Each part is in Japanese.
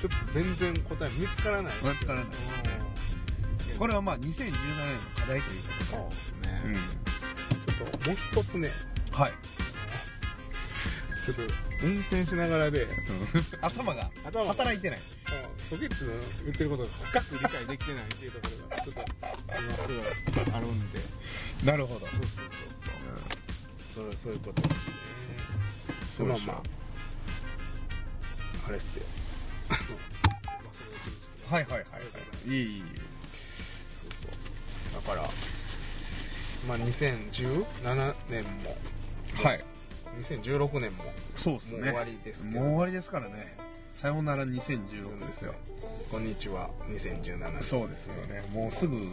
ちょっと全然答え見つからないです。 見つからないですね。これはまあ2017年の課題というか。 そうですね。ちょっともう一つね。 はい。 ちょっと運転しながらで頭が働いてない。 ソケッチの言ってることが深く理解できてないっていうところがちょっと今すごいあるんで。 なるほど。そうそういうことですね。そのままあれっすよ。 はい。いい。 そうだからまあ2017年もはい 2016年もそうですね。 もう終わりですけど。 もう終わりですからね。さよなら2016ですよ。 こんにちは2017年。 そうですよね。もうすぐ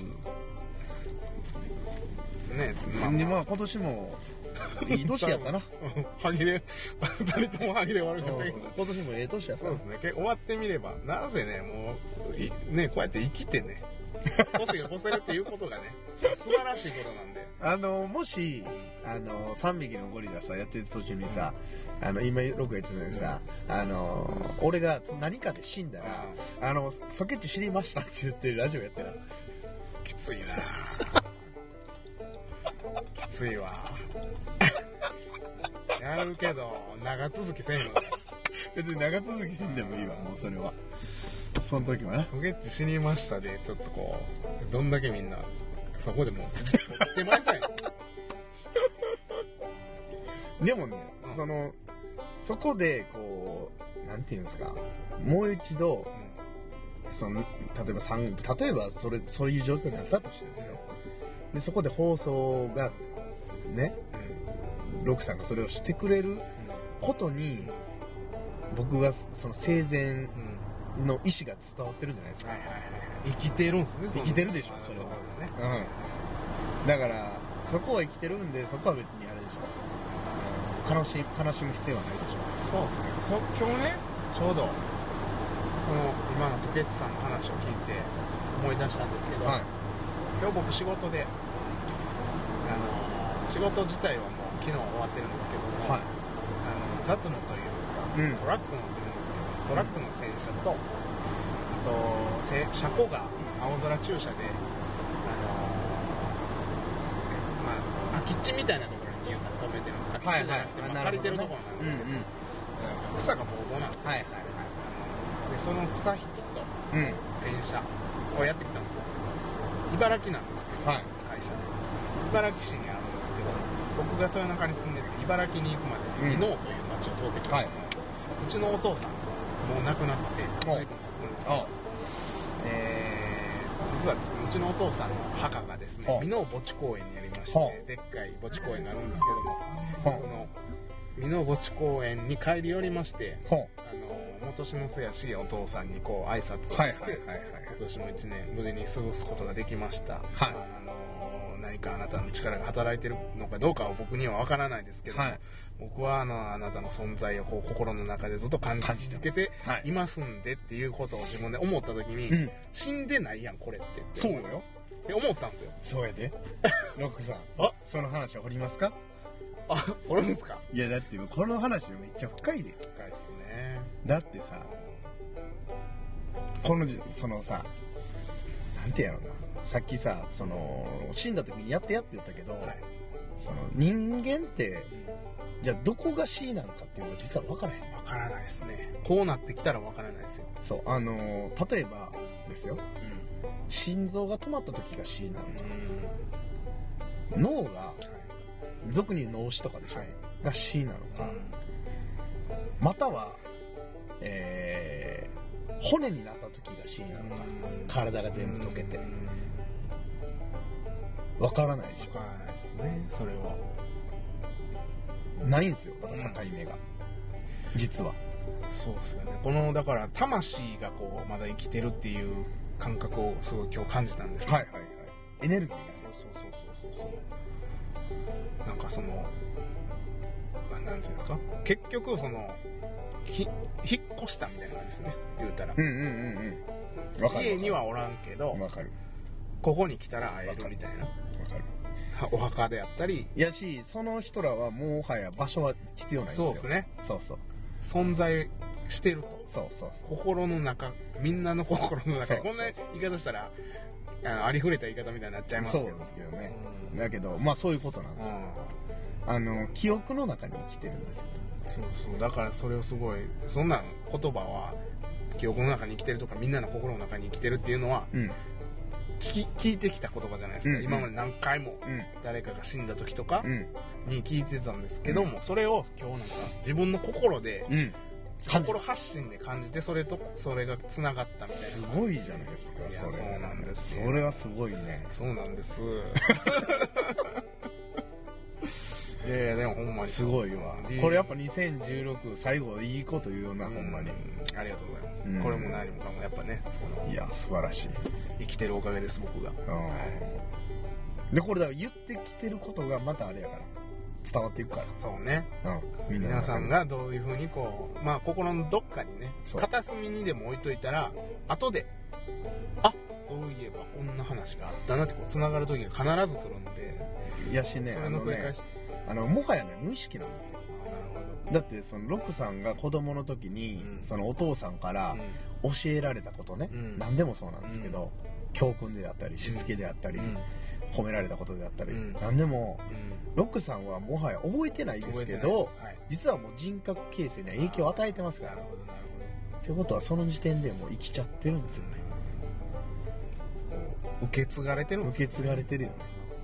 ね。 まあ今年もいい年やったな。 歯切れ2人とも歯切れ悪かったけど今年もええ年やった。 そうですね。終わってみればなぜねもうねこうやって生きてね年が越せるっていうことがね素晴らしいことなんで。 もし3匹のゴリラさやってる途中にさ、今6月目でさ、俺が何かで死んだらソケッチ知りましたって言ってラジオやってな。 きついなきついわやるけど長続きせんの。 別に長続きせんでもいいわ。もうそれはその時はな。 ソケッチ死にましたでちょっとこうどんだけみんなそこでもう来てませんでもね、そこでこうなんていうんですか、もう一度、例えばそういう状況になったとしてですよ。でそこで放送がね、ロクさんがそれをしてくれることに、僕がその生前の意思が伝わってるんじゃないですか。 生きてるんですね。 生きてるでしょそれはね。だからそこは生きてるんで、そこは別にあれでしょ。悲しむ必要はないでしょ。 そうですね。今日ねちょうど今のソケッチさんの話を聞いて思い出したんですけど、今日僕仕事で仕事自体はもう昨日終わってるんですけども、雑務というか、トラック乗ってるんですけど、トラックの洗車と車庫が青空駐車で空き地みたいなところに言うたら止めてるんです。空き地じゃなくて借りてるところなんですけど、草がボーボーなんですよ。でその草引きと洗車をやってきたんですよ。茨城なんですけど、会社で茨城市にあるんですけど、僕が豊中に住んでて茨城に行くまでに箕面という町を通ってくるんですけど、うちのお父さんもう亡くなって随分経つんですけど、実はですね、うちのお父さんの墓がですね、箕面墓地公園にありまして、でっかい墓地公園があるんですけども、その箕面墓地公園に帰り寄りまして、今年のせやしお父さんにこう挨拶をして、今年も1年無事に過ごすことができました、何かあなたの力が働いてるのかどうかは僕には分からないですけども、僕はあなたの存在をこう心の中でずっと感じ続けていますんでっていうことを自分で思った時に、死んでないやんこれってそうよって思ったんですよ。 そうやでロックさん、その話は掘りますか？ 掘るんですか？ いやだってこの話めっちゃ深いで。 深いっすね。 だってさ、そのさ、なんてやろうな、さっきさ、死んだ時にやって言ったけど、人間って、じゃあどこが死なのかっていうのは実は分からへん。 分からないですね。こうなってきたら分からないですよ。 そう、例えばですよ、心臓が止まった時が死なのか、脳が俗に脳死とかでしょ、が死なのか、または骨になった時が死なのか、体が全部溶けて、分からないでしょ。 分からないですね。それはないんですよ、だから境目が、実は。 そうですよね。だから魂がこうまだ生きてるっていう感覚をすごい今日感じたんですけど、 エネルギー。 そうなんかなんていうんですか、結局引っ越したみたいな感じですね、言うたら。家にはおらんけど、ここに来たら会えるみたいな。お墓であったりやし、その人らはもはや場所は必要ないんですよ。 そうですね。 そう存在してると。 そうそうそう。 心の中、みんなの心の中そうで、こんな言い方したら、ありふれた言い方みたいになっちゃいますけど。 そうですけどね。だけど、まあそういうことなんですよ。記憶の中に生きてるんですよ。 そうそう。だからそれをすごい、そんな言葉は、記憶の中に生きてるとか、みんなの心の中に生きてるっていうのは、聞いてきた言葉じゃないですか。今まで何回も、誰かが死んだ時とかに聞いてたんですけども、それを今日なんか自分の心で、心発信で感じて、それとそれがつながったみたいな。 すごいじゃないですか。それそうなんです。 それはすごいね。 そうなんですいやいや、でもほんまにすごいわ。これやっぱ2016最後いいこと言うよな、ほんまに。 ありがとうございます。これも何もかもやっぱね、 いや素晴らしい。 生きてるおかげです、僕が。 でこれだから言ってきてることがまたあれやから伝わっていくから。 そうね。皆さんがどういう風にこう、まあ心のどっかにね、片隅にでも置いといたら、後で、あ、そういえばこんな話があったなってこう繋がる時が必ず来るんで。 いやしね、 それの繰り返し。 もはやね、無意識なんですよ。だってそのロクさんが子供の時に、そのお父さんから教えられたことね、何でもそうなんですけど、教訓であったりしつけであったり、褒められたことであったり、何でも、ロクさんはもはや覚えてないですけど、実はもう人格形成には影響を与えてますから。ってことはその時点でもう生きちゃってるんですよね。 受け継がれてるんですよね。受け継がれてるよね。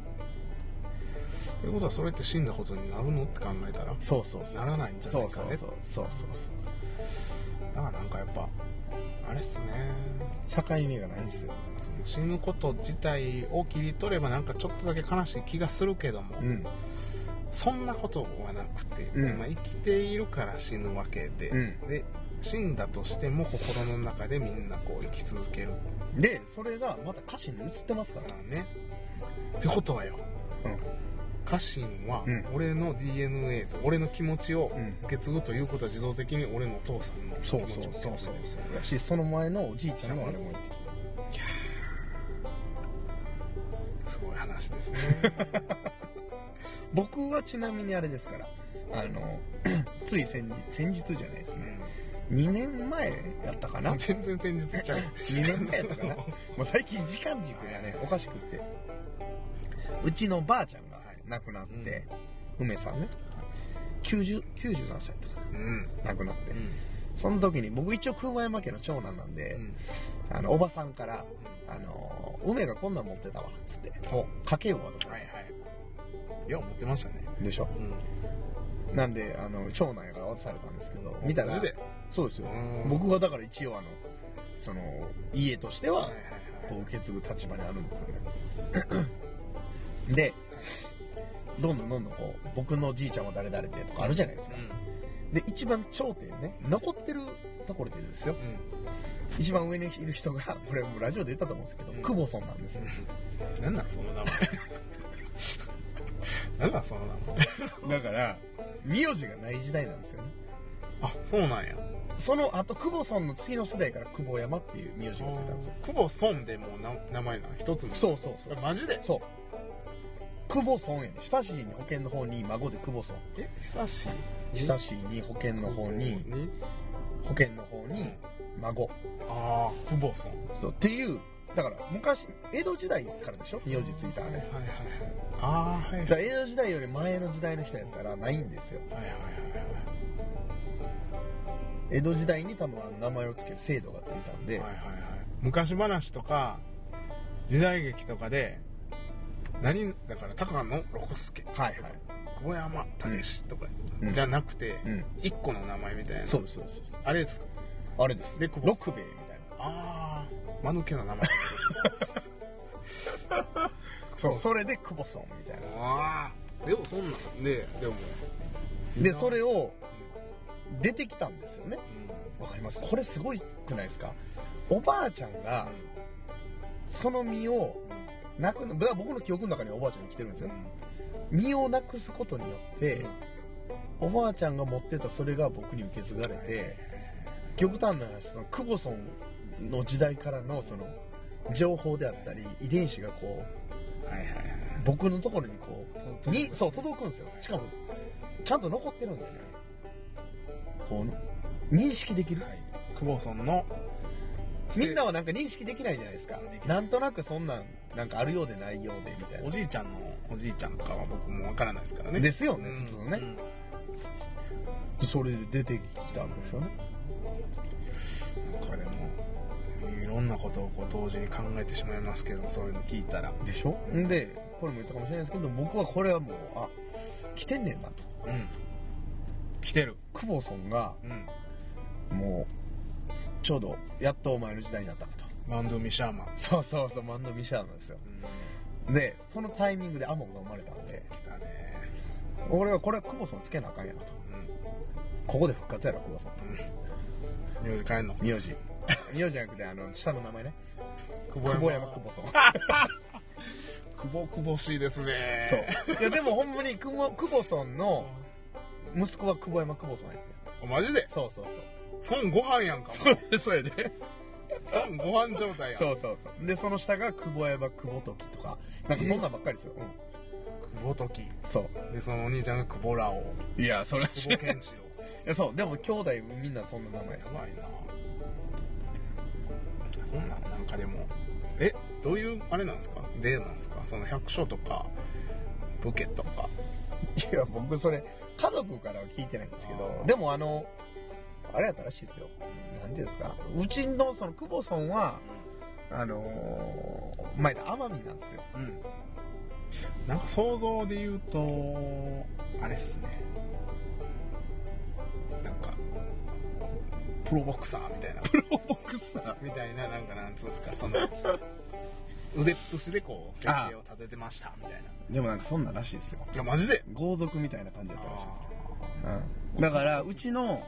ということはそれって死んだことになるのって考えたら、 そうそうそう、 ならないんじゃないかね。 そうだからなんかやっぱあれっすね、 境目がないんですよ。 死ぬこと自体を切り取ればなんかちょっとだけ悲しい気がするけども、そんなことはなくて、まあ、生きているから死ぬわけで、で死んだとしても心の中でみんなこう生き続ける。 でそれがまた歌詞に移ってますからね。ってことはよ、家臣は俺の DNA と俺の気持ちを受け継ぐということは自動的に俺のお父さんの気持ちを受け継ぐ。 やしその前のおじいちゃんのあれも受け継ぐ。いやすごい話ですね僕はちなみにあれですから、つい先日じゃないですね、2年前やったかな。 全然先日ちゃう 2年前やったかなもう最近時間軸がねおかしくって、うちのばあちゃんが亡くなって、梅さんね90何歳とか亡くなって、その時に僕一応熊山家の長男なんで、おばさんから梅がこんなん持ってたわっつって家計簿渡されたんです。 いや持ってましたね。 でしょ、なんで長男やから渡されたんですけど、見たらそうですよ。僕がだから一応その家としてはこう受け継ぐ立場にあるんですよねでどんどんこう僕のじいちゃんは誰々でとかあるじゃないですか、で一番頂点ね残ってるところでですよ、一番上にいる人がこれもうラジオで言ったと思うんですけど、久保村なんですよ。 なんなんその名前なんなんその名前だから名字がない時代なんですよね。 あ、そうなんや。 その後久保村の次の世代から久保山っていう名字がついたんですよ。 久保村でもう名前な一つの。 そうマジで。 そう久保村やね。久しいに保険の方に孫で久保村。 久しいに保険の方に孫。 ああ、久保村。 そうっていうだから昔江戸時代からでしょ名字ついたあれ。 ああ、はい。 だから江戸時代より前の時代の人やったらないんですよ。江戸時代に多分名前を付ける制度がついたんで、 昔話とか時代劇とかでだから高野六助、久保山武史とかじゃなくて一個の名前みたいな。 そうあれですか。 あれですで六兵衛みたいな。 ああ、間抜けな名前そうそれで久保村みたいな。 ああ、でもそんなんででそれを出てきたんですよね。わかります。これすごいくないですか。おばあちゃんがその身を僕の記憶の中におばあちゃん生きてるんですよ。身をなくすことによっておばあちゃんが持ってたそれが僕に受け継がれて、極端な話その久保村の時代からのその情報であったり遺伝子がこう僕のところにこう届くんですよ。しかもちゃんと残ってるんでね。こう認識できる、 はい、久保村のみんなはなんか認識できないじゃないですか。なんとなくそんなんかあるようでないようでみたいな。 おじいちゃんのおじいちゃんとかは僕もわからないですからね。 ですよね、普通ね、それで出てきたんですよね。 なんかでもいろんなことをこう同時に考えてしまいますけど、そういうの聞いたらでしょ。んでこれも言ったかもしれないですけど、僕はこれはもう来てんねんなと。 来てる。 久保村が、もうちょうどやっとお前の時代になったかと。 マンドゥミシャーマン。 そうそうそう、マンドゥミシャーマンですよ、でそのタイミングでアモンが生まれたんで、 来たね。 俺はこれは久保村つけなあかんやなと、ここで復活やろ久保村と、 名字変えんの？ 名字じゃなくて下の名前ね、久保山久保村久保しいですね。 そういやでもほんまに久保村の息子は久保山久保村やってマジで？ そう孫悟飯やんか。 そうやで孫悟飯状態やん。 そうでその下が久保山久保時とかなんかそんなんばっかりですよ、 久保時。 そうでそのお兄ちゃんが久保ラオ。 いやそれ久保健志郎。 いやそうでも兄弟みんなそんな名前です。 やばいな。そんなんなんかでもどういうあれなんですか？例なんですか？その百姓とか武家とか。 いや僕それ家族からは聞いてないんですけど、でもあれやったらしいですよ。なんていうんですか、うちのその久保村は前で奄美なんですよ。 なんか想像で言うとあれっすね。なんかプロボクサーみたいな。 プロボクサーみたいな、なんかなんつうんですか、その腕っぷしでこう生計を立ててましたみたいな。 でもなんかそんならしいですよ。 いやマジで豪族みたいな感じだったらしいですよ。だからうちの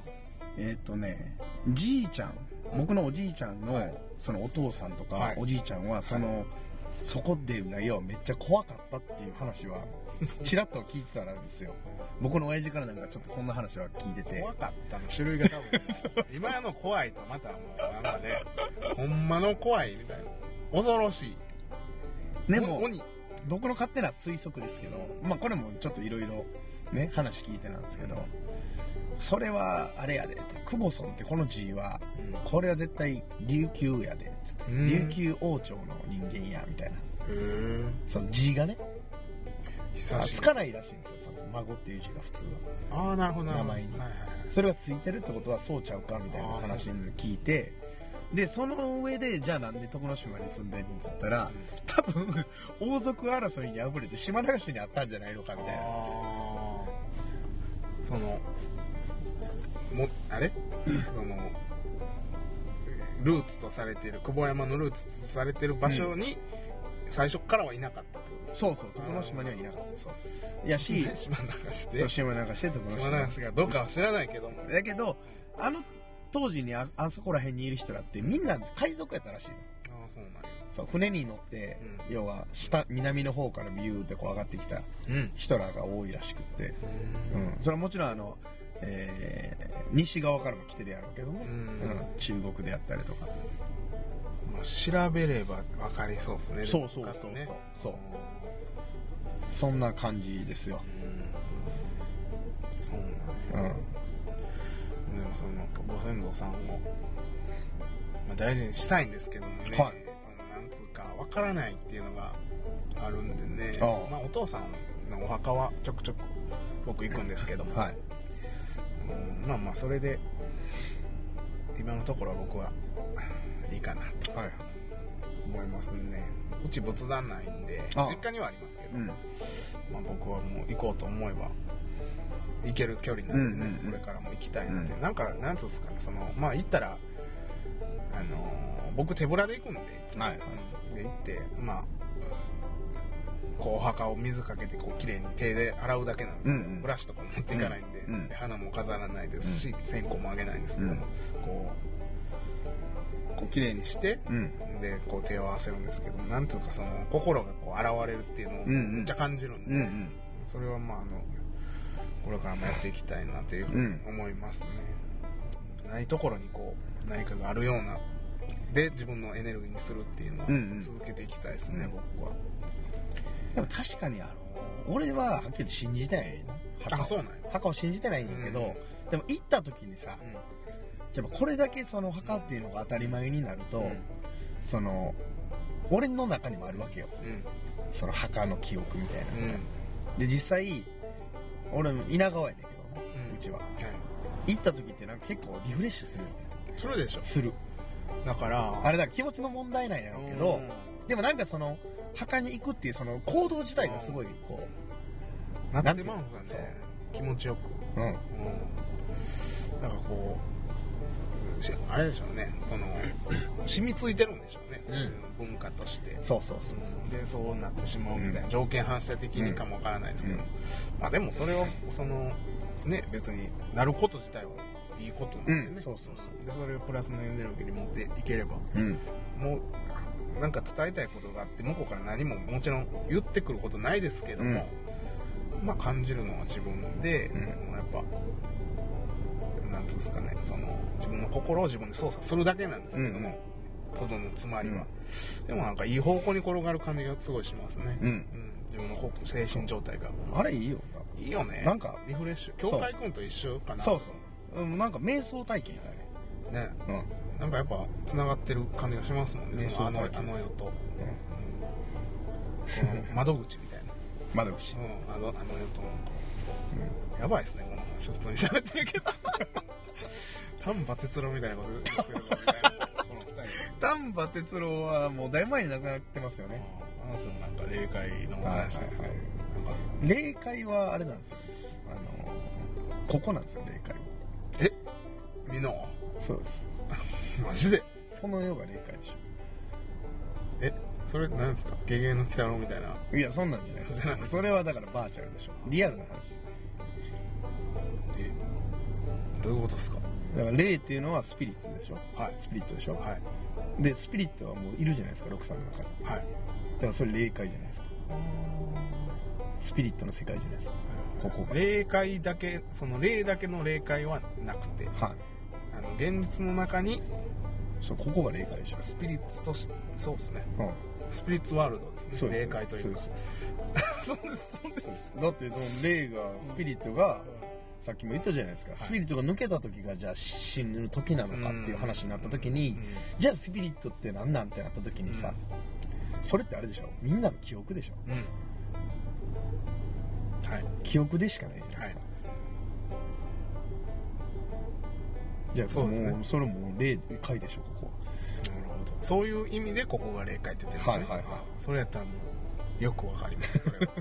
じいちゃん、僕のおじいちゃんのそのお父さんとかおじいちゃんはそこで要はめっちゃ怖かったっていう話はちらっと聞いてたらですよ。僕の親父からなんかちょっとそんな話は聞いてて、 怖かったの種類が多分今の怖いとまたもうなんかね、ほんまの怖いみたいな、恐ろしい。 でも僕の勝手な推測ですけど、まあこれもちょっといろいろね話聞いてなんですけど、それはあれやでって、久保村ってこの字は、これは絶対琉球やでって、琉球王朝の人間やみたいな、その字がねつかないらしいんですよ、その孫っていう字が普通は。 なるほど、 名前に、それがついてるってことはそうちゃうかみたいな話に聞いて、でその上でじゃあなんで徳之島に住んでんのっつったら、多分王族争いに敗れて島流しにあったんじゃないのかみたいな。 そのそのルーツとされている久保山のルーツとされている場所に、最初からはいなかったってことですか？そう徳之島にはいなかった。 いやし島流して島流して徳之島流しがどうかは知らないけども、 だけど当時にあそこら辺にいる人らってみんな海賊やったらしいの。 そうなんや。 そう船に乗って、要は南の方からビューってこう上がってきた人らが多いらしくって、それはもちろん西側からも来てるやろうけども、中国でやったりとか、 調べれば分かりそうですね。 そうそんな感じですよ。 そうなんや。でもそのご先祖さんを、大事にしたいんですけどもね、なんつうか分からないっていうのがあるんでね、お父さんのお墓はちょくちょく僕行くんですけども、それで今のところは僕はいいかなと思いますね。うち仏壇ないんで実家にはありますけど、僕はもう行こうと思えば行ける距離なんでね、これからも行きたいなって、なんかなんつうんですかね、行ったら僕手ぶらで行くんで、で行ってこうお墓を水かけてこう綺麗に手で洗うだけなんですけど、ブラシとか持っていかないんで、花も飾らないですし、線香もあげないんですけども、こう綺麗にして、でこう手を合わせるんですけども、なんつうかその心がこう現れるっていうのをめっちゃ感じるんで、それはこれからもやっていきたいなというふうに思いますね。ないところにこう何かがあるようなで自分のエネルギーにするっていうのを続けていきたいですね、僕は。 でも確かに俺ははっきり信じてないな。 そうなんや。 墓を信じてないんだけど、ででも行った時にさ、やっぱこれだけその墓っていうのが当たり前になると、その俺の中にもあるわけよ、その墓の記憶みたいなのが、で実際俺稲川やねんけど、うちは、行った時ってなんか結構リフレッシュするよね。 するでしょ。 する。 だからあれだ気持ちの問題なんやろうけど、でもなんかその墓に行くっていうその行動自体がすごいこうなってますよね、気持ちよく。なんかこうあれでしょうね、この染みついてるんでしょうね、そういう文化として。 そうそうそうそうでそうなってしまうみたいな、条件反射的にかもわからないですけど、まあでもそれをそのね別になること自体はいいことなんでね、 そうそうそう。 でそれをプラスのエネルギーに持っていければ、もうなんか伝えたいことがあって向こうから何ももちろん言ってくることないですけども、まあ感じるのは自分で、そのやっぱなんつうんですかね、その自分の心を自分で操作するだけなんですけども、とどのつまりは、でもなんかいい方向に転がる感じがすごいしますね、自分の精神状態が。 あれいいよいいよね、 なんかリフレッシュ、教会君と一緒かな。 そうそう、なんか瞑想体験だね。 なんかやっぱつながってる感じがしますもんね、そのあの世と、この窓口みたいな窓口、 あの世とのやばいですねこの話、普通に喋ってるけど丹波哲郎みたいなこと言ってるみたいなこの2人。 丹波哲郎はもうだいぶ前に亡くなってますよね。 あの人もなんか霊界の話ですよ、 霊界はあれなんですよ、ここなんですよ霊界は。 美濃。 そうです。 マジでこの世が霊界でしょ。それ何ですか、ゲゲゲの鬼太郎みたいな。 いやそんなんじゃないですそれはだからバーチャルでしょ、リアルな話。 どういうことですか。 だから霊っていうのはスピリッツでしょ、スピリットでしょ、でスピリットはもういるじゃないですか、ロクさんの中に、だからそれ霊界じゃないですか、スピリットの世界じゃないですか、ここが霊界だけ、その霊だけの霊界はなくて、現実の中にそうここが霊界でしょ、 スピリッツとして、そうですね、スピリッツワールドですね、霊界というか。そうですそうです。 だってその霊がスピリットが、さっきも言ったじゃないですか、スピリットが抜けた時がじゃあ死ぬ時なのかっていう話になった時に、じゃあスピリットって何なんてなった時にさ、それってあれでしょ、みんなの記憶でしょ、記憶でしかないじゃないですか、じゃあそうですね、それも霊界でしょここ。 なるほど、そういう意味でここが霊界って言ってるんですね。それやったらもうよくわかりますそれは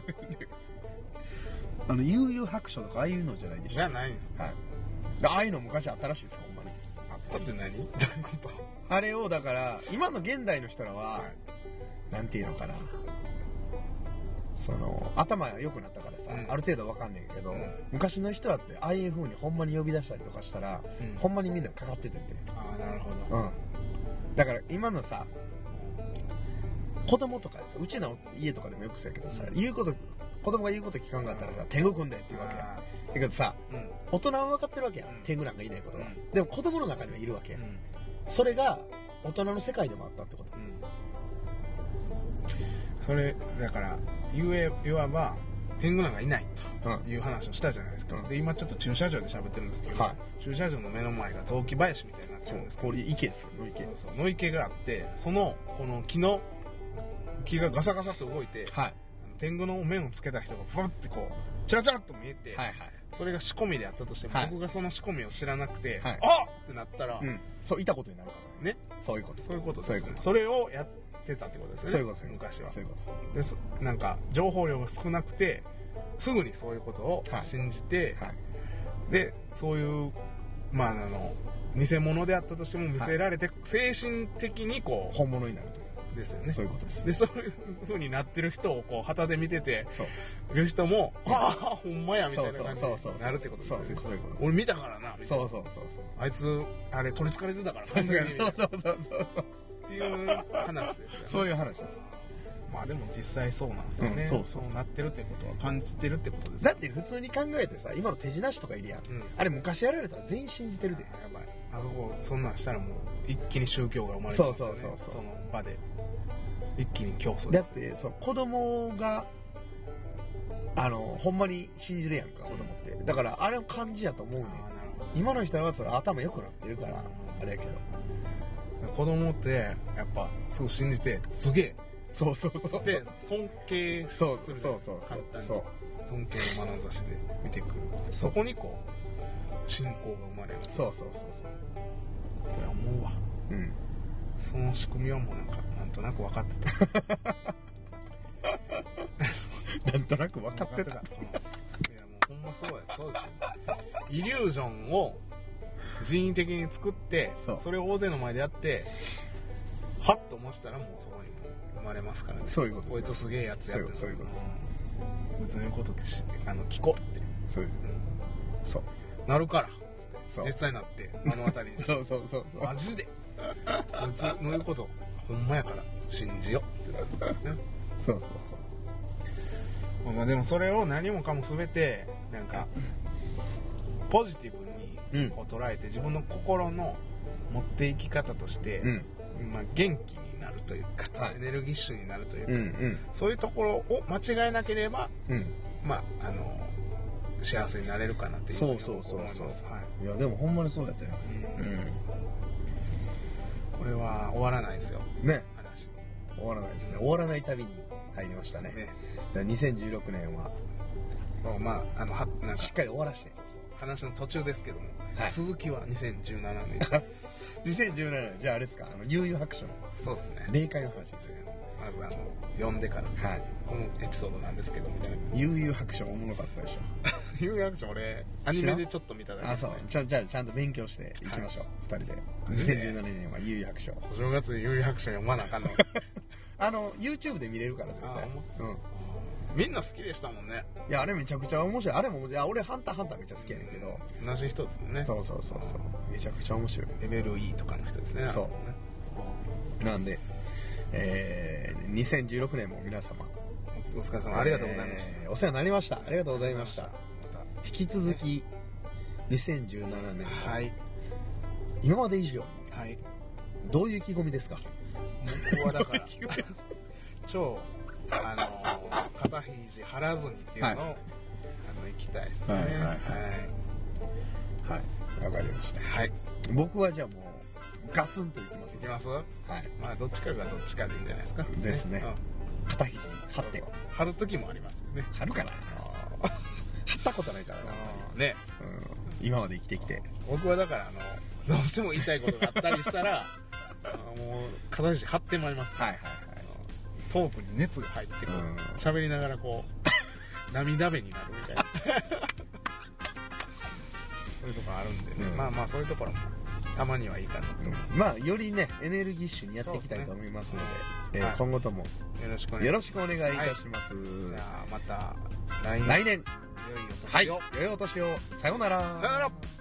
悠々白書とかああいうのじゃないでしょ。 じゃないです、 ああいうの昔あったらしいですほんまに。 あったって何どういうこと。 あれをだから今の現代の人らは、なんていうのかな、その頭良くなったからさ、ある程度わかんねんけど、昔の人だってああいう風にほんまに呼び出したりとかしたら、ほんまにみんなかかっててんて。 なるほど、 だから今のさ子供とかでさ、うちの家とかでもよくそうやけどさ、子供が言うこと聞かんかったらさ、天狗くんだよって言うわけや。だけどさ、大人は分かってるわけやん、天狗なんかいないことは。でも子供の中にはいるわけや。それが大人の世界でもあったってこと。 それだからいわば天狗なんかいないという話をしたじゃないですか、で今ちょっと駐車場で喋ってるんですけど、駐車場の目の前が雑木林みたいになっちゃうんですけど、 これ池ですよ、野池。 野池があって、この木がガサガサと動いて、天狗のお面をつけた人がパッてこうチラチラっと見えて、それが仕込みであったとしても、僕がその仕込みを知らなくて、あっってなったら、 そういたことになるからね。そういうことです。それをやってたってことですよね。そういうことです。昔は。そういうことです。なんか情報量が少なくてすぐにそういうことを信じて、でそういう偽物であったとしても見せられて、精神的にこう本物になると。 ですよね。 そういうことです。 でそういう風になってる人をこう旗で見てている人も、ああほんまやみたいな感じになるってことですよね。俺見たからなみたいな。あいつあれ取りつかれてたからな。っていう話ですよね。 そういう話です。 まあでも実際そうなんですよね。そうなってるってことは感じてるってことです。 だって普通に考えてさ、今の手品師とかいるやん。あれ昔やられたら全員信じてるで。 やばい。あそこそんなんしたらもう一気に宗教が生まれてますよね。その場で一気に競争。 だって子供がほんまに信じるやんか、子供って。だからあれを感じやと思うねん。 今の人はそれ頭良くなってるからあれやけど、 子供ってやっぱすぐ信じてすげえそうそうそうで尊敬する。 そう簡単に尊敬の眼差しで見てくる。そこにこう信仰が生まれる。 そうそれは思うわ。その仕組みはもうなんとなく分かってた。 なんとなく分かってた。 いやもうほんまそうですよ。イリュージョンを人為的に作ってそれを大勢の前でやってハッと思したらもうそこに生まれますからね。 そういうこと。 こいつすげえやつやってる。 そういうことです。 こいつの言うこと聞こうって。 そういう。そう。 なるからっつって実際になって目の当たりにそうマジでこいつの言うことほんまやから信じよってなるね。 そうまあでもそれを何もかも全てなんかポジティブにこう捉えて自分の心の持っていき方として、まあ、元気になるというか、エネルギッシュになるというか、そういうところを間違えなければ、まあ幸せになれるかなっていうふうに思います。 いやでもほんまにそうやったよ。 これは終わらないですよね。終わらないですね。終わらない旅に入りましたね。だから2016年はまあなんかしっかり終わらして話の途中ですけども、続きは2017年。 2017年じゃああれですか、悠々白書のそうですね、 霊界の話ですね。 まず読んでから、このエピソードなんですけどみたいな。 悠々白書おもろかったでしょ。 悠々白書俺アニメでちょっと見ただけですね。 じゃあちゃんと勉強していきましょう、2人で。2017年は悠々白書、 お正月に悠々白書読まなあかんの。 YouTube で見れるから絶対。 みんな好きでしたもんね。 いやあれめちゃくちゃ面白い。あれも俺ハンターハンターめっちゃ好きやねんけど、 同じ人ですもんね。 そうめちゃくちゃ面白い。 レベル E とかの人ですね。 そうなんで2016年も皆様お疲れ様、ありがとうございました。 お世話になりました。ありがとうございました。引き続き2017年今まで以上どういう意気込みですか？ 僕はだから超肩肘張らずにっていうのを行きたいですね。 わかりました。僕はじゃあもうガツンといきます。 いきます？まあどっちかがどっちかでいいんじゃないですか。 ですね。肩肘張って張る時もありますね。 張るかな。張ったことないからね。 今まで生きてきて。 僕はだからどうしても言いたいことがあったりしたらもう肩肘張ってまいります。トークに熱が入ってこう喋りながらこう涙目になるみたいなそういうところあるんでね、まあそういうところもたまにはいいかなと、 まあよりねエネルギッシュにやっていきたいと思いますので、今後ともよろしくお願いいたします。 じゃあまた来年良いお年を。 良いお年を。さようなら。 さようなら。